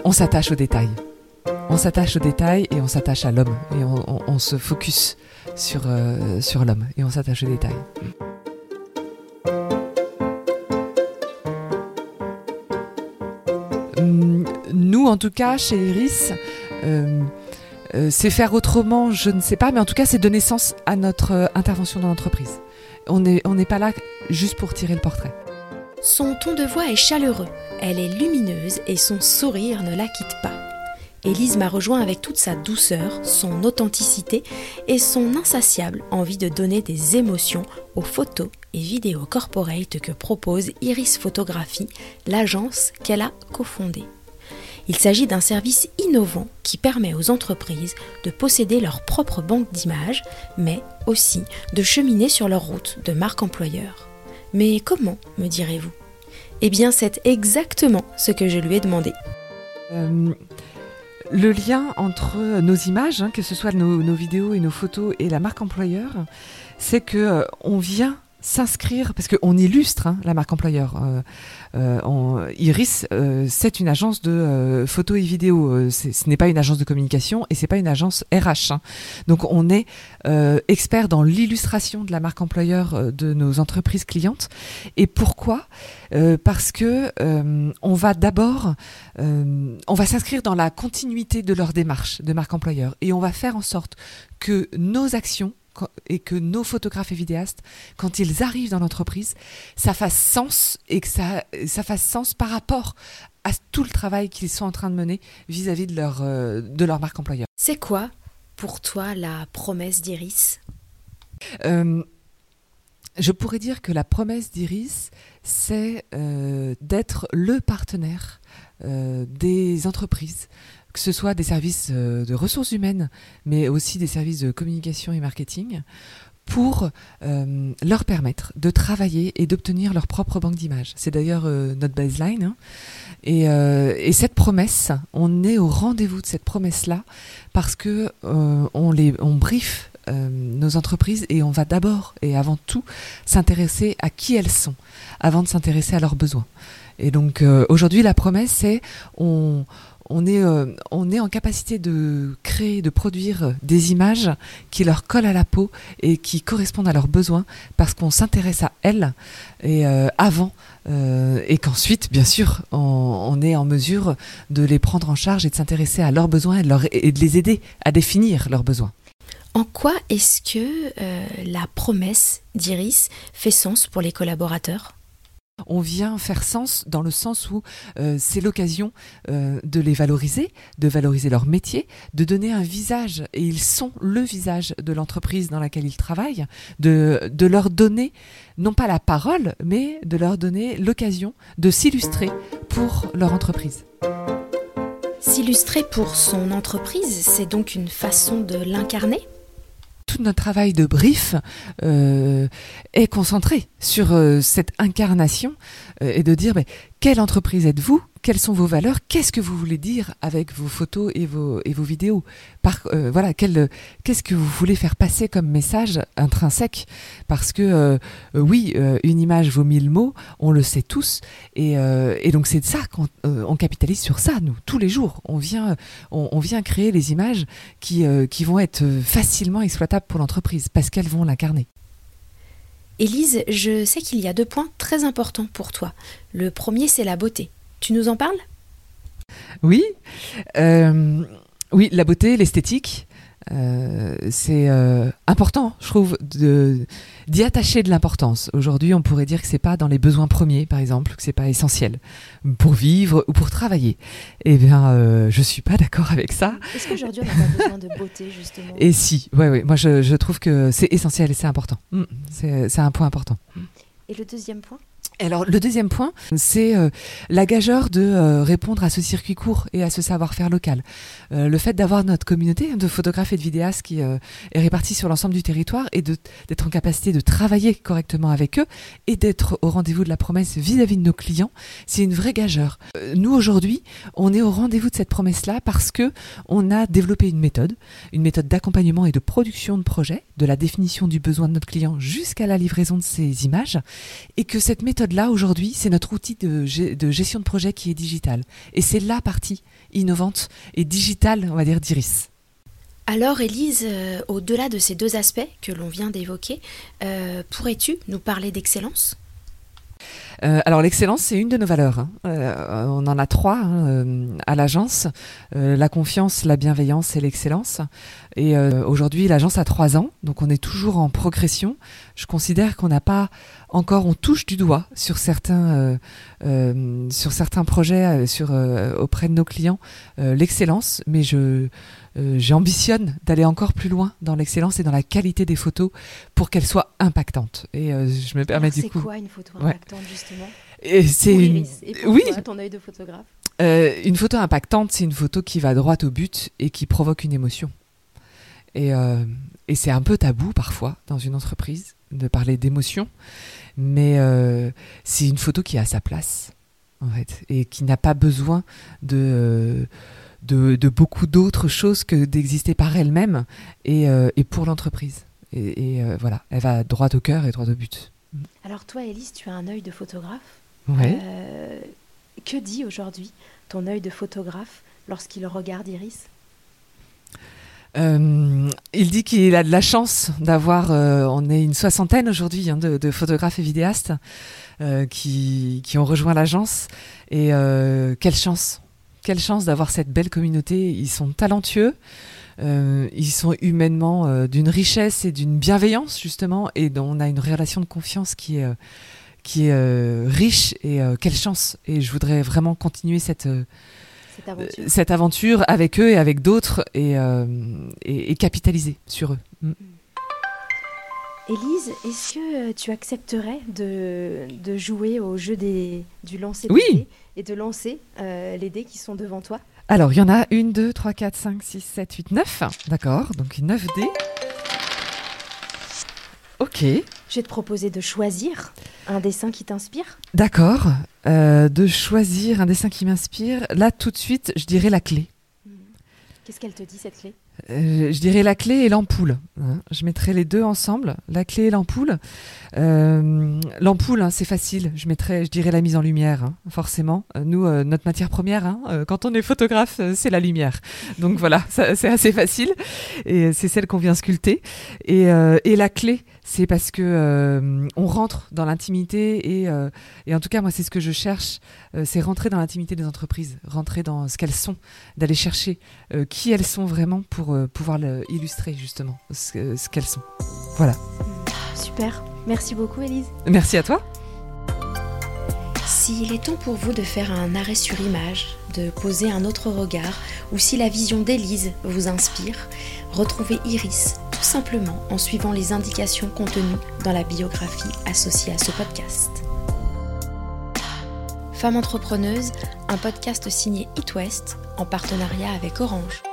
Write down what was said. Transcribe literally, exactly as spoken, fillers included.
on s'attache aux détails. On s'attache aux détails et on s'attache à l'homme. Et on, on, on se focus sur, euh, sur l'homme et on s'attache aux détails. Nous, en tout cas, chez Iris, euh, euh, c'est faire autrement, je ne sais pas, mais en tout cas, c'est donner sens à notre euh, intervention dans l'entreprise. On n'est on n'est pas là juste pour tirer le portrait. Son ton de voix est chaleureux, elle est lumineuse et son sourire ne la quitte pas. Élise m'a rejoint avec toute sa douceur, son authenticité et son insatiable envie de donner des émotions aux photos et vidéos corporate que propose Iris Photographie, l'agence qu'elle a cofondée. Il s'agit d'un service innovant qui permet aux entreprises de posséder leur propre banque d'images, mais aussi de cheminer sur leur route de marque employeur. Mais comment, me direz-vous ? Eh bien, c'est exactement ce que je lui ai demandé. Euh, le lien entre nos images, hein, que ce soit nos, nos vidéos et nos photos et la marque employeur, c'est que euh, on vient s'inscrire, parce qu'on illustre hein, la marque employeur. Euh, euh, on, Iris, euh, c'est une agence de euh, photos et vidéos. Euh, c'est, ce n'est pas une agence de communication et c'est pas une agence R H. Hein. Donc on est euh, expert dans l'illustration de la marque employeur euh, de nos entreprises clientes. Et pourquoi ? euh, Parce que euh, on va d'abord, euh, on va s'inscrire dans la continuité de leur démarche de marque employeur et on va faire en sorte que nos actions et que nos photographes et vidéastes, quand ils arrivent dans l'entreprise, ça fasse sens et que ça, ça fasse sens par rapport à tout le travail qu'ils sont en train de mener vis-à-vis de leur, euh, de leur marque employeur. C'est quoi, pour toi, la promesse d'Iris ? euh, Je pourrais dire que la promesse d'Iris, c'est euh, d'être le partenaire euh, des entreprises, que ce soit des services de ressources humaines, mais aussi des services de communication et marketing, pour euh, leur permettre de travailler et d'obtenir leur propre banque d'images. C'est d'ailleurs euh, notre baseline. Hein. Et, euh, et cette promesse, on est au rendez-vous de cette promesse-là, parce que euh, on les, on briefe euh, nos entreprises et on va d'abord et avant tout s'intéresser à qui elles sont, avant de s'intéresser à leurs besoins. Et donc euh, aujourd'hui, la promesse, c'est on On est, euh, on est en capacité de créer, de produire des images qui leur collent à la peau et qui correspondent à leurs besoins parce qu'on s'intéresse à elles et, euh, avant euh, et qu'ensuite, bien sûr, on, on est en mesure de les prendre en charge et de s'intéresser à leurs besoins et de, leur, et de les aider à définir leurs besoins. En quoi est-ce que euh, la promesse d'Iris fait sens pour les collaborateurs ? On vient faire sens dans le sens où euh, c'est l'occasion euh, de les valoriser, de valoriser leur métier, de donner un visage, et ils sont le visage de l'entreprise dans laquelle ils travaillent, de, de leur donner, non pas la parole, mais de leur donner l'occasion de s'illustrer pour leur entreprise. S'illustrer pour son entreprise, c'est donc une façon de l'incarner ? Tout notre travail de brief euh, est concentré sur euh, cette incarnation euh, et de dire mais, quelle entreprise êtes-vous ? Quelles sont vos valeurs ? Qu'est-ce que vous voulez dire avec vos photos et vos, et vos vidéos ? Par, euh, voilà, quel, qu'est-ce que vous voulez faire passer comme message intrinsèque ? Parce que euh, euh, oui, euh, une image vaut mille mots, on le sait tous, et, euh, et donc c'est de ça qu'on euh, on capitalise sur ça, nous, tous les jours. On vient, on, on vient créer les images qui, euh, qui vont être facilement exploitables pour l'entreprise, parce qu'elles vont l'incarner. Élise, je sais qu'il y a deux points très importants pour toi. Le premier, c'est la beauté. Tu nous en parles ? Oui, euh, oui, la beauté, l'esthétique, euh, c'est euh, important, je trouve, de, d'y attacher de l'importance. Aujourd'hui, on pourrait dire que c'est pas dans les besoins premiers, par exemple, que c'est pas essentiel pour vivre ou pour travailler. Eh bien, euh, je suis pas d'accord avec ça. Est-ce qu'aujourd'hui, on n'a pas besoin de beauté, justement ? Et si, ouais, ouais, moi je, je trouve que c'est essentiel et c'est important. Mmh, c'est, c'est un point important. Et le deuxième point ? Alors le deuxième point, c'est euh, la gageure de euh, répondre à ce circuit court et à ce savoir-faire local. Euh, le fait d'avoir notre communauté de photographes et de vidéastes qui euh, est répartie sur l'ensemble du territoire et de, d'être en capacité de travailler correctement avec eux et d'être au rendez-vous de la promesse vis-à-vis de nos clients, c'est une vraie gageure. Euh, nous aujourd'hui, on est au rendez-vous de cette promesse-là parce que on a développé une méthode, une méthode d'accompagnement et de production de projets de la définition du besoin de notre client jusqu'à la livraison de ces images, et que cette méthode-là, aujourd'hui, c'est notre outil de, de gestion de projet qui est digital. Et c'est la partie innovante et digitale, on va dire, d'Iris. Alors Élise, euh, au-delà de ces deux aspects que l'on vient d'évoquer, euh, pourrais-tu nous parler d'excellence ? Euh, alors l'excellence, c'est une de nos valeurs. Hein. Euh, on en a trois hein, euh, à l'agence, euh, la confiance, la bienveillance et l'excellence. Et euh, aujourd'hui, l'agence a trois ans, donc on est toujours en progression. Je considère qu'on n'a pas encore, on touche du doigt sur certains, euh, euh, sur certains projets euh, sur, euh, auprès de nos clients euh, l'excellence, mais je... Euh, j'ambitionne d'aller encore plus loin dans l'excellence et dans la qualité des photos pour qu'elles soient impactantes. Et euh, je me permets Alors, du c'est coup. C'est quoi une photo impactante, ouais. justement et c'est pour une... Iris. Et pour oui. toi, ton œil de photographe euh, Une photo impactante, c'est une photo qui va droit au but et qui provoque une émotion. Et, euh, et c'est un peu tabou parfois dans une entreprise de parler d'émotion, mais euh, c'est une photo qui a sa place en fait et qui n'a pas besoin de euh, De, de beaucoup d'autres choses que d'exister par elle-même et, euh, et pour l'entreprise. Et, et euh, voilà, elle va droit au cœur et droit au but. Alors toi, Élise, tu as un œil de photographe. Ouais. Euh, que dit aujourd'hui ton œil de photographe lorsqu'il regarde Iris ? Euh, il dit qu'il a de la chance d'avoir, euh, on est une soixantaine aujourd'hui hein, de, de photographes et vidéastes euh, qui, qui ont rejoint l'agence. Et euh, quelle chance Quelle chance d'avoir cette belle communauté. Ils sont talentueux, euh, ils sont humainement euh, d'une richesse et d'une bienveillance justement, et dont on a une relation de confiance qui est, euh, qui est euh, riche, et euh, quelle chance. Et je voudrais vraiment continuer cette, euh, cette, aventure. Euh, cette aventure avec eux et avec d'autres, et, euh, et, et capitaliser sur eux. Mm. Élise, est-ce que tu accepterais de, de jouer au jeu des, du lancer oui. des dés et de lancer euh, les dés qui sont devant toi ? Alors, il y en a une, deux, trois, quatre, cinq, six, sept, huit, neuf. D'accord, donc neuf dés. Ok. Je vais te proposer de choisir un dessin qui t'inspire. D'accord, euh, de choisir un dessin qui m'inspire. Là, tout de suite, je dirais la clé. Qu'est-ce qu'elle te dit, cette clé ? Euh, je dirais la clé et l'ampoule. Hein. Je mettrais les deux ensemble, la clé et l'ampoule. Euh, l'ampoule, hein, c'est facile. Je mettrais, je dirais la mise en lumière, hein, forcément. Nous, euh, notre matière première, hein, euh, quand on est photographe, euh, c'est la lumière. Donc voilà, ça, c'est assez facile. Et c'est celle qu'on vient sculpter. Et, euh, et la clé, c'est parce que euh, on rentre dans l'intimité et, euh, et en tout cas, moi, c'est ce que je cherche. Euh, c'est rentrer dans l'intimité des entreprises, rentrer dans ce qu'elles sont, d'aller chercher euh, qui elles sont vraiment pour euh, pouvoir le, illustrer justement ce, ce qu'elles sont. Voilà. Super. Merci beaucoup, Élise. Merci à toi. S'il est temps pour vous de faire un arrêt sur image, de poser un autre regard, ou si la vision d'Élise vous inspire, retrouvez Iris tout simplement en suivant les indications contenues dans la biographie associée à ce podcast. Femme entrepreneuse, un podcast signé It West en partenariat avec Orange.